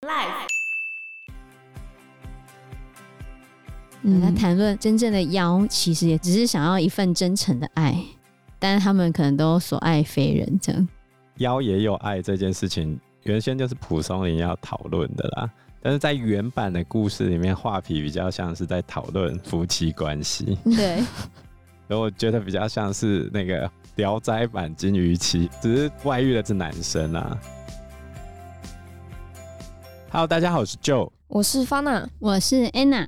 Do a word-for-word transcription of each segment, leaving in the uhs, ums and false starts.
Life。 嗯，在谈论真正的妖，其实也只是想要一份真诚的爱，但是他们可能都所爱非人这样。 妖也有爱这件事情，原先就是蒲松龄要讨论的啦。但是在原版的故事里面，画皮比较像是在讨论夫妻关系， 对， 所以我觉得比较像是那个《聊斋》版金鱼妻，只是外遇的是男生啊。Hello， 大家好，我是 Joe， 我是 Fana， 我是 Anna。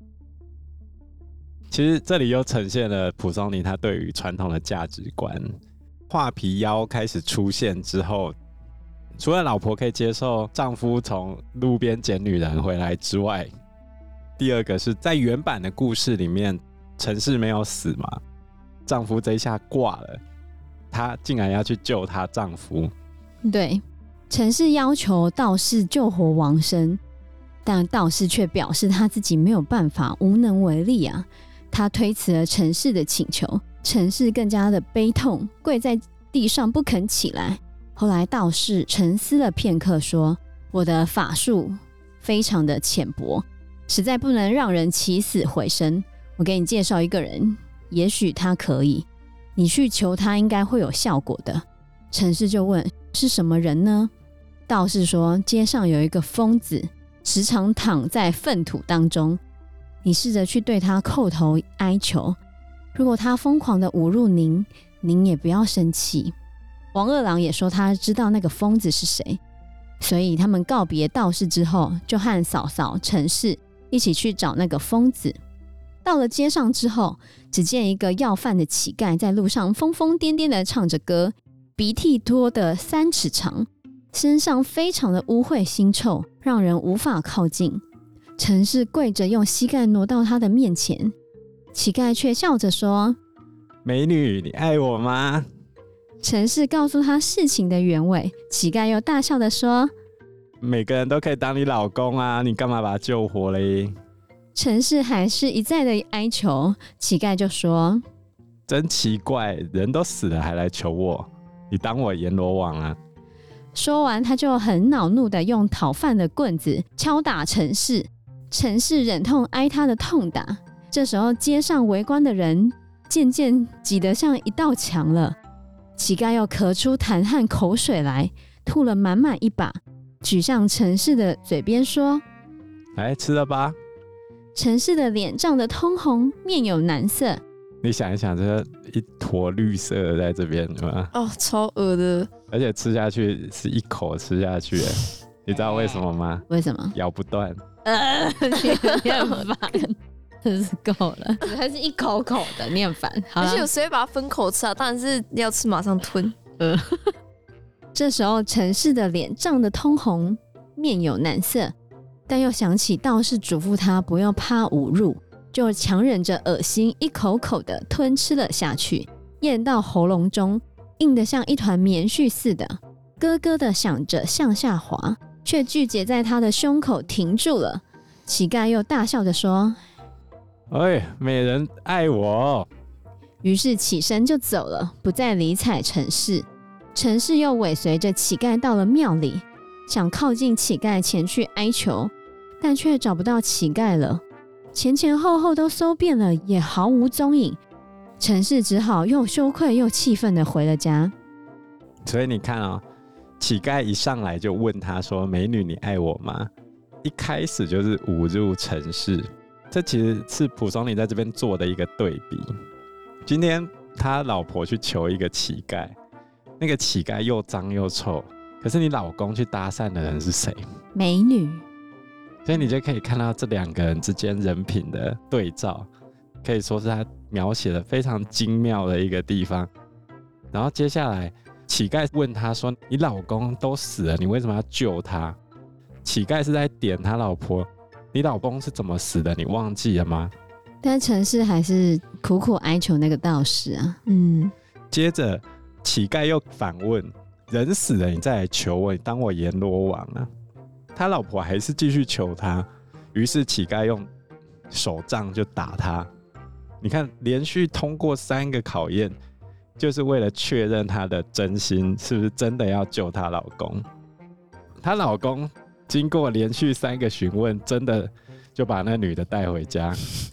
其实这里又呈现了蒲松龄他对于传统的价值观。画皮妖开始出现之后，除了老婆可以接受丈夫从路边捡女人回来之外，第二个是在原版的故事里面，陈氏没有死嘛，丈夫这一下挂了，她竟然要去救她丈夫。 对，陈氏要求道士救活王生，但道士却表示他自己没有办法，无能为力啊。他推辞了陈氏的请求，陈氏更加的悲痛，跪在地上不肯起来。后来道士沉思了片刻，说：“我的法术非常的浅薄，实在不能让人起死回生。我给你介绍一个人，也许他可以，你去求他应该会有效果的。”陈氏就问：“是什么人呢？”道士说：“街上有一个疯子，时常躺在粪土当中。你试着去对他叩头哀求，如果他疯狂的侮辱您，您也不要生气。”王二郎也说他知道那个疯子是谁，所以他们告别道士之后，就和嫂嫂陈氏一起去找那个疯子。到了街上之后，只见一个要饭的乞丐在路上疯疯癫癫的唱着歌，鼻涕多得三尺长，身上非常的污秽腥臭，让人无法靠近。陈氏跪着用膝盖挪到他的面前，乞丐却笑着说：“ 美女，你爱我吗？” 陈氏告诉他事情的原委，乞丐又大笑的说：“ 每个人都可以当你老公啊，你干嘛把他救活嘞？” 陈氏还是一再的哀求，乞丐就说：“ 真奇怪，人都死了还来求我，你当我阎罗王啊？” 说完，他就很恼怒的用讨饭的棍子敲打陈氏。陈氏忍痛挨他的痛打。这时候，街上围观的人渐渐挤得像一道墙了。乞丐又咳出痰和口水来，吐了满满一把，举向陈氏的嘴边说：“ 来吃了吧。” 陈氏的脸涨得通红，面有难色。 你想一想，这一坨绿色的在这边吗？ 哦，超恶的， 而且吃下去是一口吃下去，你知道为什么吗？ 为什么？ 咬不断。 呃，你很烦，真是够了。它是一口口的，你很烦。 而且有谁会把它分口吃啊？当然是要吃马上吞。 呃，这时候陈氏的脸涨得通红，面有难色，但又想起道士嘱咐他不要怕侮辱，就强忍着恶心，一口口的吞吃了下去，咽到喉咙中，硬得像一团棉絮似的，咯咯的响着向下滑，却聚结在他的胸口停住了。乞丐又大笑着说：“ 哎，美人爱我。” 于是起身就走了，不再理睬陈氏。陈氏又尾随着乞丐到了庙里，想靠近乞丐前去哀求，但却找不到乞丐了，前前后后都搜遍了，也毫无踪影。陈氏只好又羞愧又气愤的回了家。 所以你看哦，乞丐一上来就问他说：“美女，你爱我吗？”一开始就是侮辱陈氏，这其实是蒲松龄在这边做的一个对比。今天他老婆去求一个乞丐，那个乞丐又脏又臭，可是你老公去搭讪的人是谁？ 美女。 所以你就可以看到这两个人之间人品的对照，可以说是他描写的非常精妙的一个地方。然后接下来乞丐问他说：“你老公都死了，你为什么要救他？”乞丐是在点他老婆：“你老公是怎么死的？你忘记了吗？” 但陈氏还是苦苦哀求那个道士啊。嗯。 接着乞丐又反问：“人死了，你再来求我，你当我阎罗王啊？”他老婆还是继续求他，于是乞丐用手杖就打他。你看，连续通过三个考验，就是为了确认她的真心是不是真的要救她老公。她老公经过连续三个询问，真的就把那女的带回家。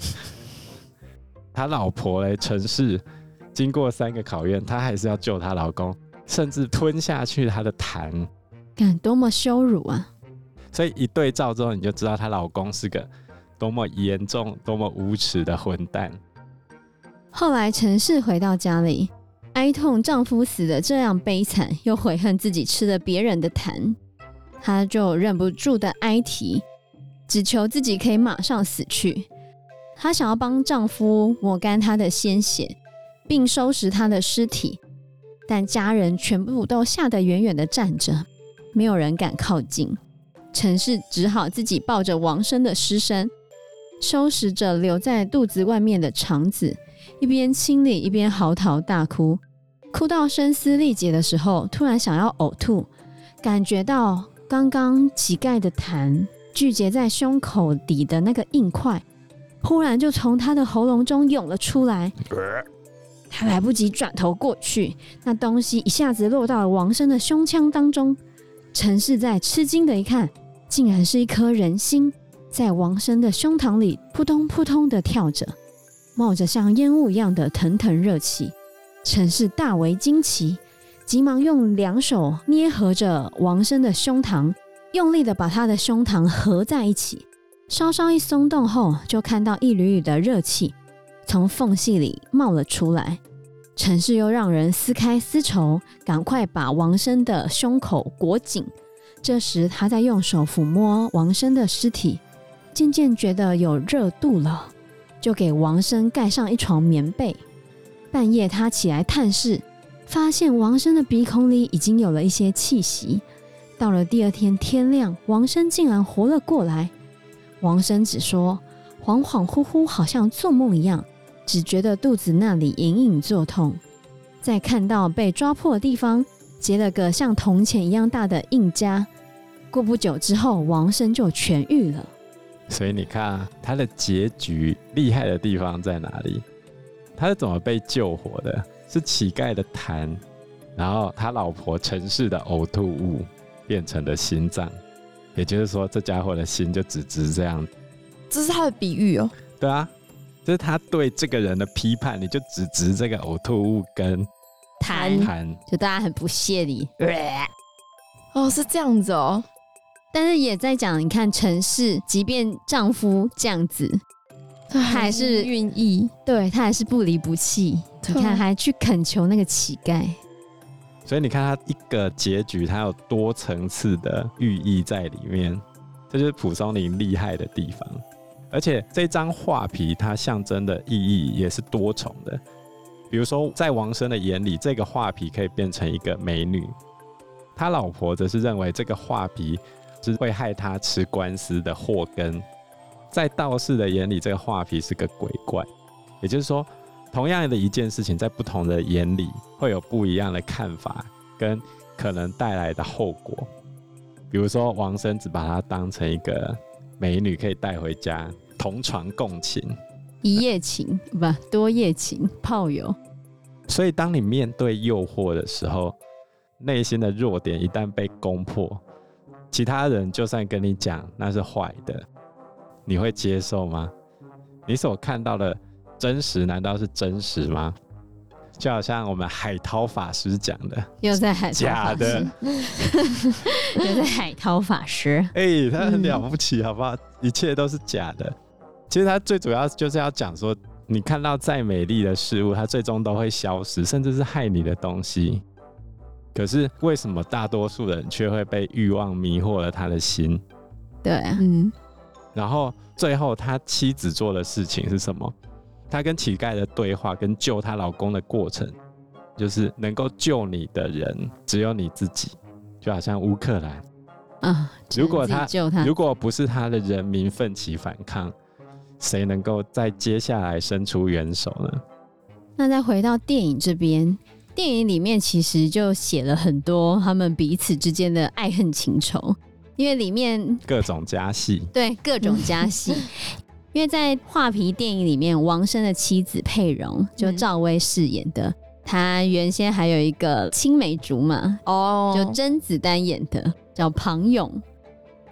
他老婆嘞，陈氏，经过三个考验，她还是要救她老公，甚至吞下去她的痰， 看多么羞辱啊！ 所以一对照之后，你就知道她老公是个多么严重、多么无耻的混蛋。 后来陈氏回到家里，哀痛丈夫死得这样悲惨，又悔恨自己吃了别人的痰，她就忍不住的哀啼，只求自己可以马上死去。她想要帮丈夫抹干他的鲜血，并收拾他的尸体，但家人全部都吓得远远的站着，没有人敢靠近。陈氏只好自己抱着王生的尸身，收拾着留在肚子外面的肠子，一边清理一边嚎啕大哭。哭到声嘶力竭的时候，突然想要呕吐，感觉到刚刚乞丐的痰聚结在胸口底的那个硬块，忽然就从他的喉咙中涌了出来。他来不及转头过去，那东西一下子落到了王生的胸腔当中。陈氏在吃惊的一看，竟然是一颗人心，在王生的胸膛里扑通扑通的跳着，冒着像烟雾一样的腾腾热气。陈氏大为惊奇，急忙用两手捏合着王生的胸膛，用力的把他的胸膛合在一起。稍稍一松动后，就看到一缕缕的热气从缝隙里冒了出来。陈氏又让人撕开丝绸，赶快把王生的胸口裹紧。这时他在用手抚摸王生的尸体，渐渐觉得有热度了，就给王生盖上一床棉被。半夜他起来探视，发现王生的鼻孔里已经有了一些气息。到了第二天天亮，王生竟然活了过来。王生只说恍恍惚惚，好像做梦一样，只觉得肚子那里隐隐作痛。再看到被抓破的地方结了个像铜钱一样大的印痂。过不久之后，王生就痊愈了。 所以你看啊，他的结局厉害的地方在哪里？他是怎么被救活的？是乞丐的痰，然后他老婆陈氏的呕吐物变成了心脏。也就是说，这家伙的心就只值这样。 这是他的比喻哦。 对啊，就是他对这个人的批判，你就只值这个呕吐物跟痰， 痰就大家很不屑你。 哦，是这样子哦。 但是也在讲，你看陈氏，即便丈夫这样子，他还是愿意， 对他还是不离不弃。你看，还去恳求那个乞丐。 所以你看他一个结局，他有多层次的寓意在里面，这就是蒲松龄厉害的地方。而且这张画皮它象征的意义也是多重的。比如说在王生的眼里，这个画皮可以变成一个美女，他老婆则是认为这个画皮是会害他吃官司的祸根。在道士的眼里，这个画皮是个鬼怪。也就是说，同样的一件事情，在不同的眼里会有不一样的看法跟可能带来的后果。比如说王生只把它当成一个美女可以带回家，同床共寝， 一夜情不多夜情，炮友。 所以当你面对诱惑的时候，内心的弱点一旦被攻破，其他人就算跟你讲那是坏的，你会接受吗？你所看到的真实难道是真实吗？就好像我们海涛法师讲的， 又在海涛假的， 又在海涛法师。 哎、欸，他很了不起，好不好？一切都是假的。其实他最主要就是要讲说，你看到再美丽的事物，它最终都会消失，甚至是害你的东西。可是为什么大多数人却会被欲望迷惑了他的心？ 对啊， 嗯。 然后最后他妻子做的事情是什么？她跟乞丐的对话，跟救她老公的过程，就是能够救你的人只有你自己。就好像乌克兰啊， 如果他救他， 如果不是他的人民奋起反抗，谁能够在接下来伸出援手呢？ 那再回到电影这边，电影里面其实就写了很多他们彼此之间的爱恨情仇，因为里面各种加戏， 对，各种加戏。因为在画皮电影里面，王生的妻子佩蓉就赵薇饰演的，她、嗯、原先还有一个青梅竹马哦，就甄子丹演的叫庞勇。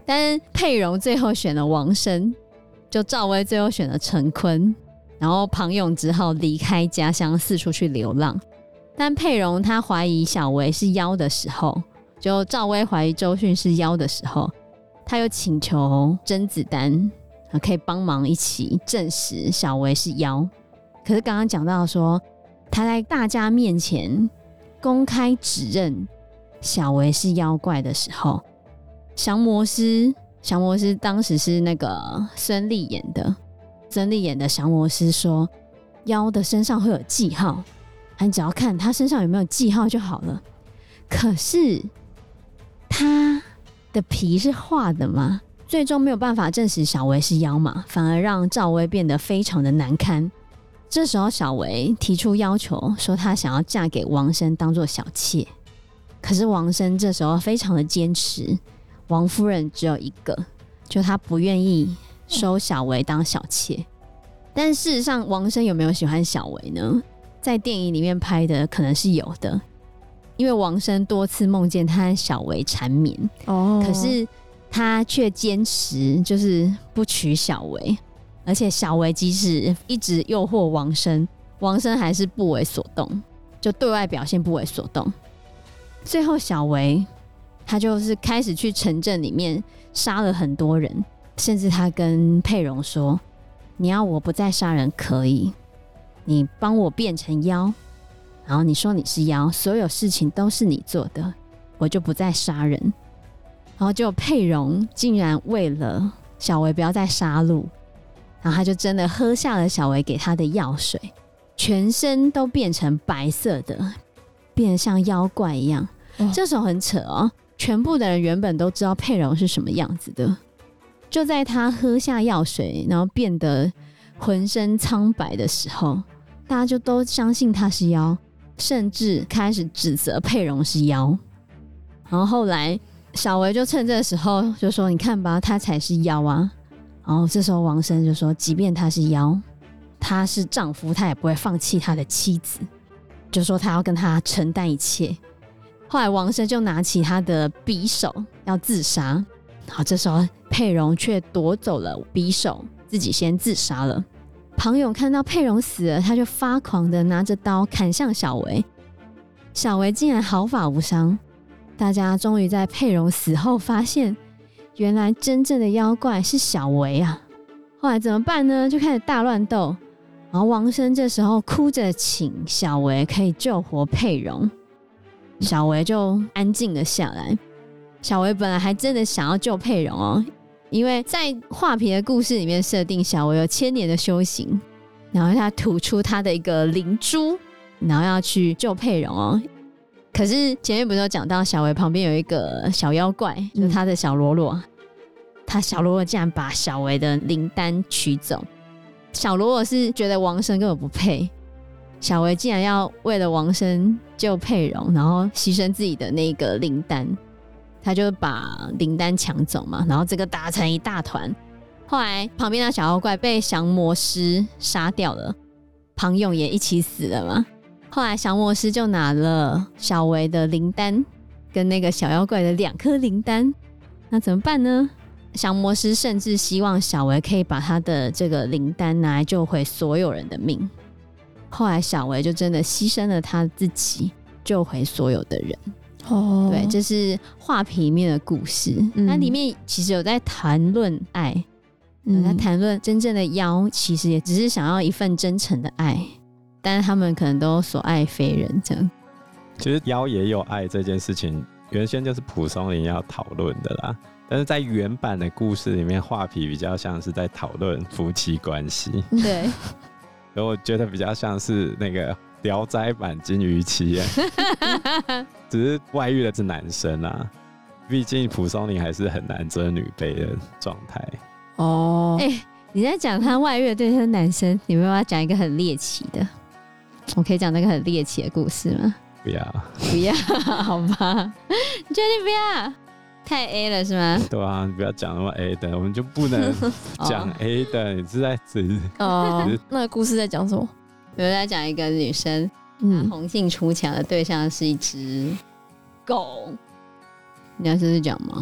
但是佩蓉最后选了王生，就赵薇最后选了陈坤，然后庞勇只好离开家乡四处去流浪。但佩蓉她怀疑小维是妖的时候，就赵薇怀疑周迅是妖的时候，她又请求甄子丹可以帮忙一起证实小维是妖。可是刚刚讲到说，他在大家面前公开指认小维是妖怪的时候，降魔师降魔师当时是那个孙俪演的，孙俪演的降魔师说，妖的身上会有记号，你只要看他身上有没有记号就好了。可是他的皮是画的吗？最终没有办法证实小维是妖嘛，反而让赵薇变得非常的难堪。这时候小维提出要求，说她想要嫁给王生当做小妾。可是王生这时候非常的坚持，王夫人只有一个，就他不愿意收小维当小妾。但事实上王生有没有喜欢小维呢？在电影里面拍的可能是有的，因为王生多次梦见他和小维缠绵， 哦， 可是他却坚持就是不娶小维，而且小维即使一直诱惑王生，王生还是不为所动，就对外表现不为所动。最后小维他就是开始去城镇里面杀了很多人，甚至他跟佩蓉说，你要我不再杀人可以，你帮我变成妖，然后你说你是妖，所有事情都是你做的，我就不再杀人。然后结果佩蓉竟然为了小维不要再杀戮，然后他就真的喝下了小维给他的药水，全身都变成白色的，变得像妖怪一样。哦、这时候很扯哦，全部的人原本都知道佩蓉是什么样子的，就在他喝下药水然后变得浑身苍白的时候，大家就都相信他是妖，甚至开始指责佩蓉是妖。然后后来小维就趁这个时候就说，你看吧，他才是妖啊。然后这时候王生就说，即便他是妖，他是丈夫，他也不会放弃他的妻子，就说他要跟他承担一切。后来王生就拿起他的匕首要自杀，好，这时候佩蓉却夺走了匕首，自己先自杀了。庞勇看到佩蓉死了，他就发狂的拿着刀砍向小维，小维竟然毫发无伤。大家终于在佩蓉死后发现，原来真正的妖怪是小维啊！后来怎么办呢？就开始大乱斗。然后王生这时候哭着请小维可以救活佩蓉，小维就安静了下来。小维本来还真的想要救佩蓉哦，因为在画皮的故事里面设定小维有千年的修行，然后他吐出他的一个灵珠，然后要去救佩蓉哦。可是前面不是有讲到小维旁边有一个小妖怪，就是他的小罗罗、嗯、他小罗罗竟然把小维的灵丹取走。小罗罗是觉得王生根本不配，小维竟然要为了王生救佩蓉，然后牺牲自己的那个灵丹，他就把灵丹抢走嘛，然后这个打成一大团。后来旁边的小妖怪被降魔师杀掉了，庞勇也一起死了嘛。后来降魔师就拿了小维的灵丹跟那个小妖怪的两颗灵丹，那怎么办呢？降魔师甚至希望小维可以把他的这个灵丹拿来救回所有人的命。后来小维就真的牺牲了他自己，救回所有的人。哦，对，这是画皮里面的故事。那、嗯、里面其实有在谈论爱，有在谈论真正的妖其实也只是想要一份真诚的爱，但是他们可能都所爱非人这样。 其实妖也有爱这件事情，原先就是蒲松龄要讨论的啦。但是在原版的故事里面，画皮比较像是在讨论夫妻关系。 对， 所以我觉得比较像是那个《聊斋》版金鱼妻，只是外遇的是男生啊。毕竟蒲松龄还是很男尊女卑的状态。 哦，哎、欸，你在讲他外遇对他男生，你们要不要讲一个很猎奇的？我可以讲那个很猎奇的故事吗？ 不要， 不要，好吧？你确定不要？太 A 了是吗？ 对啊，你不要讲那么 A 的，我们就不能讲 A 的。哦、你是在指哦？那个故事在讲什么？ 比如在讲一个女生，嗯，红杏出墙的对象是一只狗。你要试试讲吗？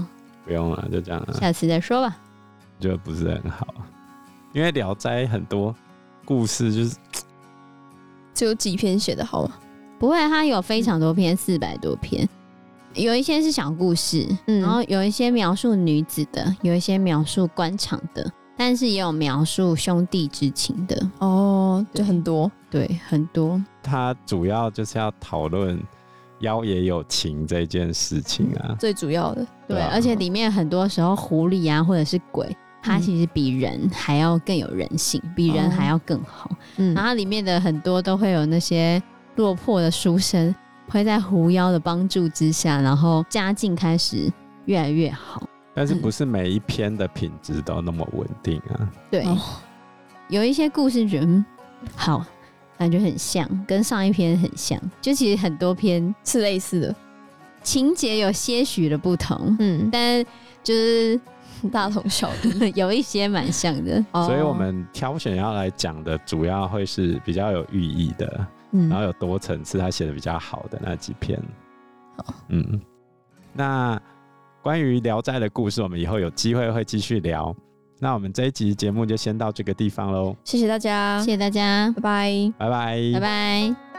不用了，就这样了。 下次再说吧。 觉得不是很好，因为《聊斋》很多故事就是只有几篇写的好吗？ 不会，它有非常多篇，四百多篇，有一些是小故事， 嗯然后有一些描述女子的，有一些描述官场的，但是也有描述兄弟之情的。 哦，就很多。 对，很多。 它主要就是要讨论妖也有情这件事情啊， 最主要的。 对， 对啊而且里面很多时候狐狸啊，或者是鬼，它其实比人还要更有人性，比人还要更好。 嗯， 然后里面的很多都会有那些落魄的书生，会在狐妖的帮助之下，然后家境开始越来越好。 但是不是每一篇的品质都那么稳定啊？ 对， 哦有一些故事觉得嗯好，感觉很像，跟上一篇很像，就其实很多篇是类似的。 情节有些许的不同， 嗯， 但就是大同小异。 有一些蛮像的。 哦所以我们挑选要来讲的，主要会是比较有寓意的， 嗯然后有多层次，他写的比较好的那几篇。 好， 嗯，那关于《聊斋》的故事，我们以后有机会会继续聊。那我们这一集节目就先到这个地方喽， 谢谢大家， 谢谢大家， 拜拜。 拜拜， 拜拜。